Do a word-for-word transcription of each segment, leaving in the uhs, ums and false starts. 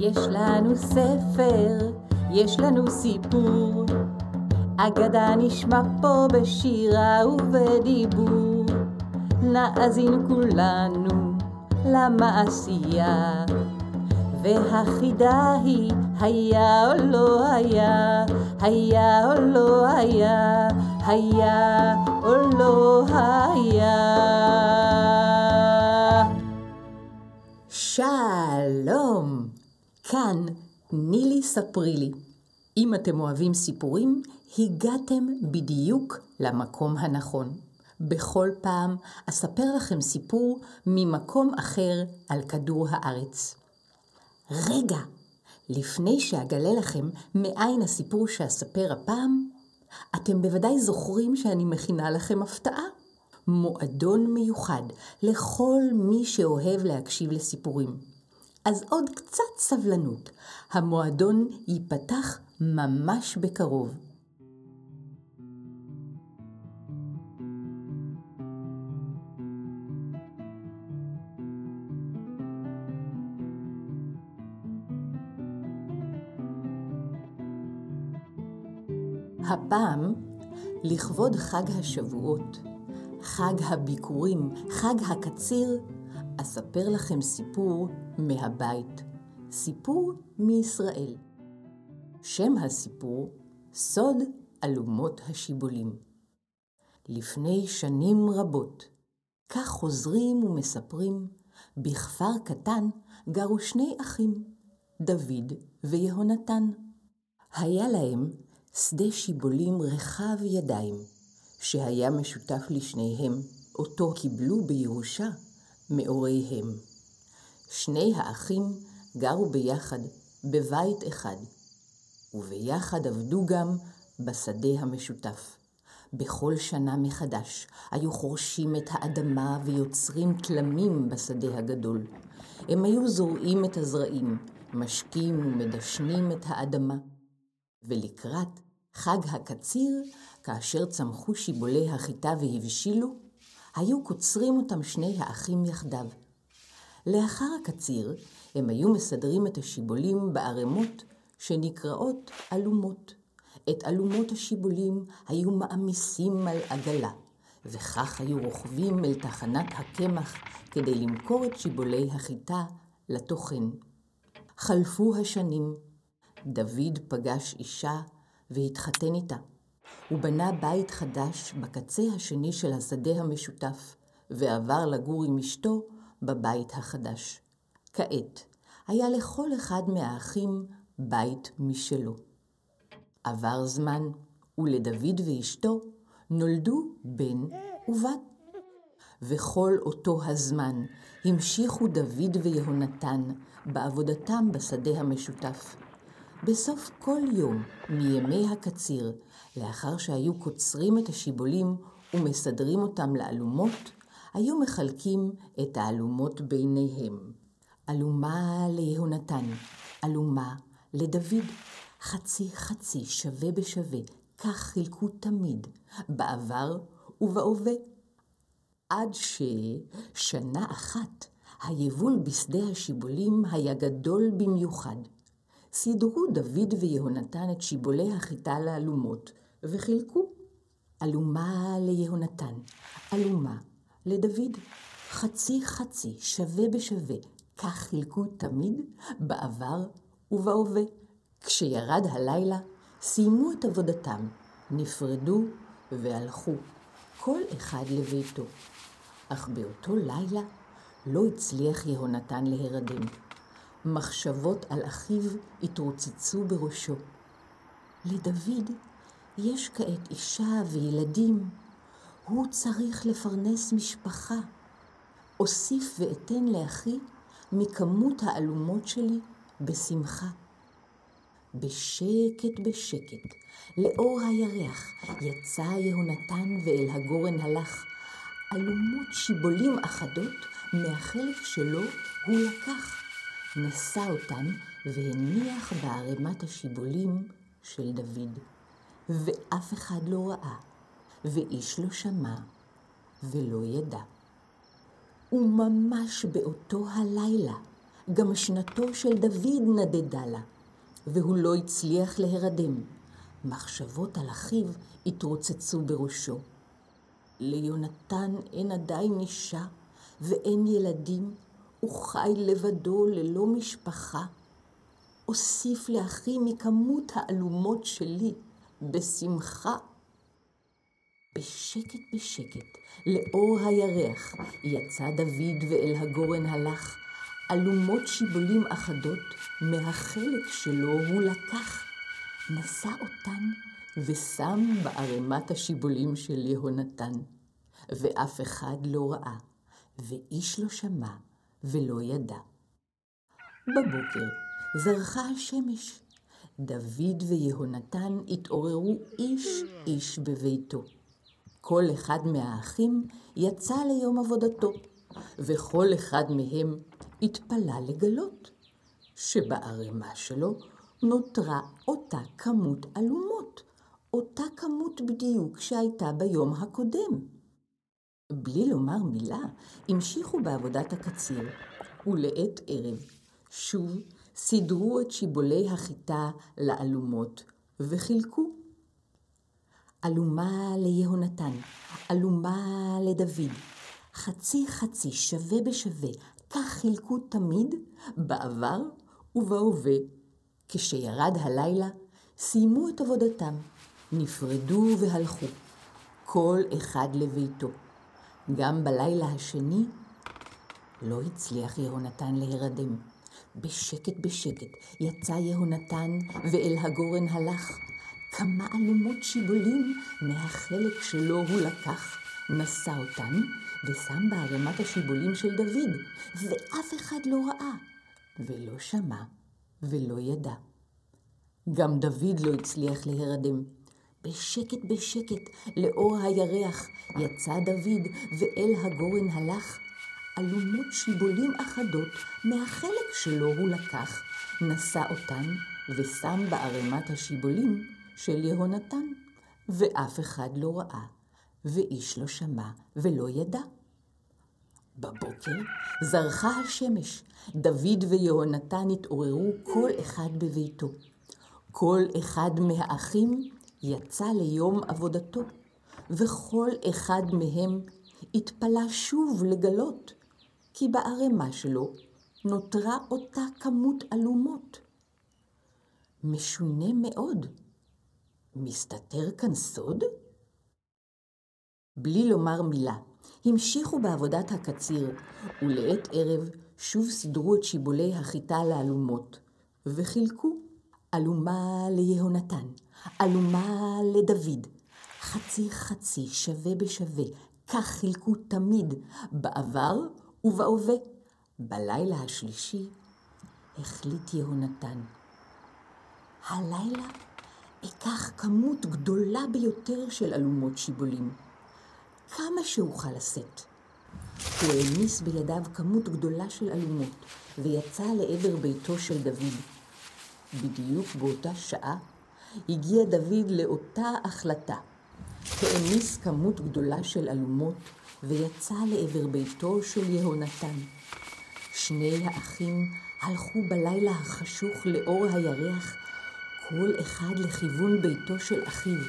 יש לנו ספר, יש לנו סיפור, אגדה נשמע פה בשירה ובדיבור. נאזין כולנו למעשייה, והחידה היא היה או לא היה, היה או לא היה, היה או לא היה. שלום, כאן נילי ספרי לי. אם אתם אוהבים סיפורים, הגעתם בדיוק למקום הנכון. בכל פעם אספר לכם סיפור ממקום אחר על כדור הארץ. רגע, לפני שאגלה לכם מאין הסיפור שאספר הפעם, אתם בוודאי זוכרים שאני מכינה לכם הפתעה. מועדון מיוחד לכל מי שאוהב להקשיב לסיפורים. אז עוד קצת סבלנות, המועדון ייפתח ממש בקרוב. הפעם, לכבוד חג השבועות, חג הביקורים, חג הקציר, אספר לכם סיפור מהבית, סיפור מישראל. שם הסיפור, סוד אלומות השיבולים. לפני שנים רבות, כך חוזרים ומספרים, בכפר קטן גרו שני אחים, דוד ויהונתן. היה להם שדה שיבולים רחב ידיים, שהיה משותף לשניהם, אותו קיבלו בירושה מאוריהם. שני האחים גרו ביחד בבית אחד, וביחד עבדו גם בשדה המשותף. בכל שנה מחדש היו חורשים את האדמה ויוצרים תלמים בשדה הגדול. הם היו זורעים את הזרעים, משקים ומדשנים את האדמה. ולקראת חג הקציר, כאשר צמחו שיבולי החיטה והבשילו, היו קוצרים אותם שני האחים יחדיו. לאחר הקציר, הם היו מסדרים את השיבולים בערימות שנקראות אלומות. את אלומות השיבולים היו מעמיסים על עגלה, וכך היו רוכבים אל תחנת הקמח כדי למכור את שיבולי החיטה לטוחן. חלפו השנים, דוד פגש אישה והתחתן איתה. הוא בנה בית חדש בקצה השני של השדה המשותף, ועבר לגור עם אשתו בבית החדש. כעת היה לכל אחד מהאחים בית משלו. עבר זמן, ולדוד ואשתו נולדו בן ובת. וכל אותו הזמן המשיכו דוד ויהונתן בעבודתם בשדה המשותף. בסוף כל יום מימי הקציר, לאחר שהיו קוצרים את השיבולים ומסדרים אותם לאלומות, היו מחלקים את האלומות ביניהם. אלומה ליהונתן, אלומה לדוד, חצי חצי שווה בשווה, כך חילקו תמיד, בעבר ובהווה. עד ששנה אחת היבול בשדה השיבולים היה גדול במיוחד. סידרו דוד ויהונתן את שיבולי החיטה לאלומות וחילקו. אלומה ליהונתן, אלומה לדוד, חצי חצי שווה בשווה, כך חילקו תמיד, בעבר ובהווה. כשירד הלילה, סיימו את עבודתם, נפרדו והלכו, כל אחד לביתו. אך באותו לילה לא הצליח יהונתן להירדם. מחשבות על אחיו התרוצצו בראשו. לדוד יש כעת אישה וילדים, הוא צריך לפרנס משפחה. אוסיף ואתן לאחי מכמות האלומות שלי בשמחה. בשקט בשקט, לאור הירח, יצא יהונתן ואל הגורן הלך. אלומות שיבולים אחדות מהחלק שלו הוא לקח. נשא אותן והניח בערימת השיבולים של דוד. ואף אחד לא ראה, ואיש לא שמע, ולא ידע. וממש באותו הלילה, גם שנתו של דוד נדדה לה, והוא לא הצליח להירדם. מחשבות על אחיו התרוצצו בראשו. ליונתן אין עדיין אישה ואין ילדים, הוא חי לבדו ללא משפחה. אוסיף לאחי מכמות האלומות שלי בשמחה. בשקט בשקט, לאור הירח, יצא דוד ואל הגורן הלך. אלומות שיבולים אחדות מהחלק שלו הוא לקח. נשא אותן ושם בערימת השיבולים של יהונתן. ואף אחד לא ראה, ואיש לא שמע ולא ידע. בבוקר זרחה השמש. דוד ויהונתן התעוררו איש איש בביתו. כל אחד מהאחים יצא ליום עבודתו, וכל אחד מהם התפלא לגלות שבערימה שלו נותרה אותה כמות אלומות, אותה כמות בדיוק שהייתה ביום הקודם. בלי לומר מילה, המשיכו בעבודת הקציר, ולעת ערב שוב סידרו את שיבולי החיטה לאלומות וחילקו. אלומה ליהונתן, אלומה לדוד, חצי חצי שווה בשווה, כך חילקו תמיד בעבר ובהווה. כשירד הלילה סיימו את עבודתם, נפרדו והלכו, כל אחד לביתו. גם בלילה השני לא הצליח יהונתן להירדם. בשקט בשקט יצא יהונתן ואל הגורן הלך. כמה אלומות שיבולים מהחלק שלו הוא לקח, נשא אותן ושם בערימת השיבולים של דוד, ואף אחד לא ראה ולא שמע ולא ידע. גם דוד לא הצליח להירדם. בשקט בשקט לאור הירח יצא דוד ואל הגורן הלך. אלומות שיבולים אחדות מהחלק שלו הוא לקח, נשא אותן ושם בערימת השיבולים של יהונתן, ואף אחד לא ראה ואיש לא שמע ולא ידע. בבוקר זרחה השמש. דוד ויהונתן התעוררו כל אחד בביתו. כל אחד מהאחים יצא ליום עבודתו, וכל אחד מהם התפלא שוב לגלות כי בערימה שלו נותרה אותה כמות אלומות. משונה מאוד. מסתתר כאן סוד? בלי לומר מילה, המשיכו בעבודת הקציר, ולעת ערב שוב סידרו את שיבולי החיטה לאלומות, וחילקו. אלומה ליהונתן, אלומה לדוד, חצי חצי שווה בשווה, כך חילקו תמיד בעבר ובהווה. בלילה השלישי החליט יהונתן, הלילה אקח כמות גדולה ביותר של אלומות שיבולים, כמה שאוכל לשאת. הוא העמיס בידיו כמות גדולה של אלומות ויצא לעבר ביתו של דוד. בדיוק באותה שעה הגיע דוד לאותה החלטה. העמיס כמות גדולה של אלומות ויצא לעבר ביתו של יהונתן. שני האחים הלכו בלילה החשוך לאור הירח, כל אחד לכיוון ביתו של אחיו.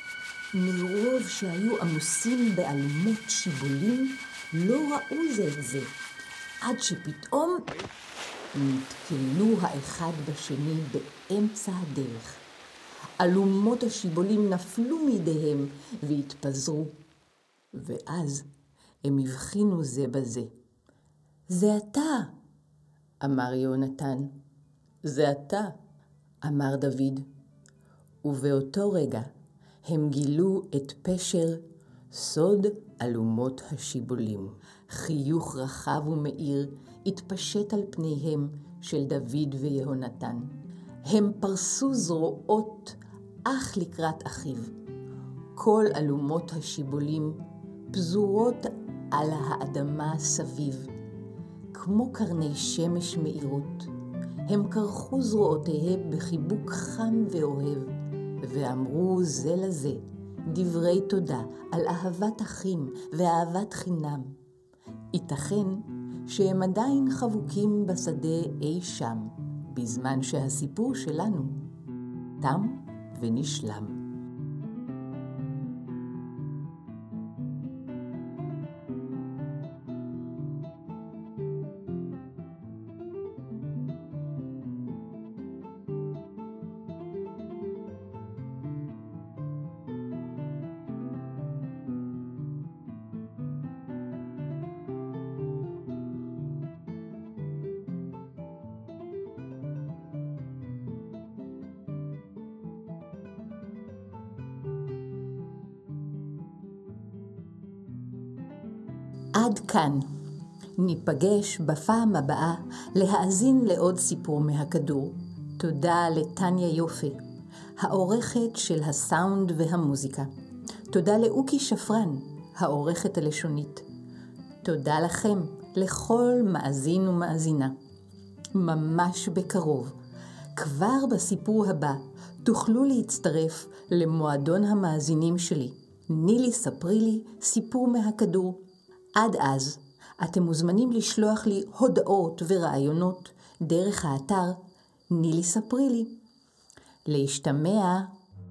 מרוב שהיו עמוסים באלומות שיבולים, לא ראו זה את זה, עד שפתאום נתקלו האחד בשני באמצע הדרך. אלומות השיבולים נפלו מידיהם והתפזרו, ואז הם הבחינו זה בזה. זה אתה, אמר יהונתן. זה אתה, אמר דוד. ובאותו רגע הם גילו את פשר סוד אלומות השיבולים. חיוך רחב ומאיר התפשט על פניהם של דוד ויהונתן. הם פרסו זרועות אח לקראת אחיו. כל אלומות השיבולים פזורות על האדמה סביב, כמו קרני שמש מאירות. הם קרחו זרועותיהם בחיבוק חם ואוהב, ואמרו זה לזה דברי תודה על אהבת אחים ואהבת חינם. ייתכן שהם עדיין חבוקים בשדה אי שם, בזמן שהסיפור שלנו תם ונשלם. עד כאן. ניפגש בפעם הבאה להאזין לעוד סיפור מהכדור. תודה לטניה יופי, העורכת של הסאונד והמוזיקה. תודה לאוקי שפרן, העורכת הלשונית. תודה לכם, לכל מאזין ומאזינה. ממש בקרוב, כבר בסיפור הבא, תוכלו להצטרף למועדון המאזינים שלי. נילי ספרי לי סיפור מהכדור. עד אז, אתם מוזמנים לשלוח לי הודעות ורעיונות דרך האתר נילי ספרי לי. להשתמע.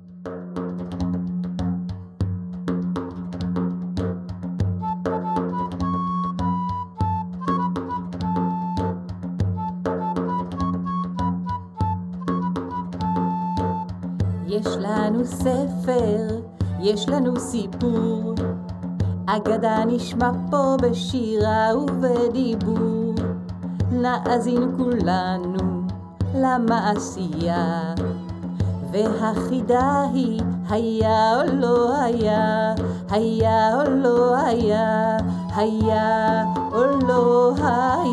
יש לנו ספר, יש לנו סיפור, אגדה נשמע פה בשירה ובדיבור. נאזין כולנו למעשייה, והחידה היא היה או לא היה, היה או לא היה, היה או לא היה.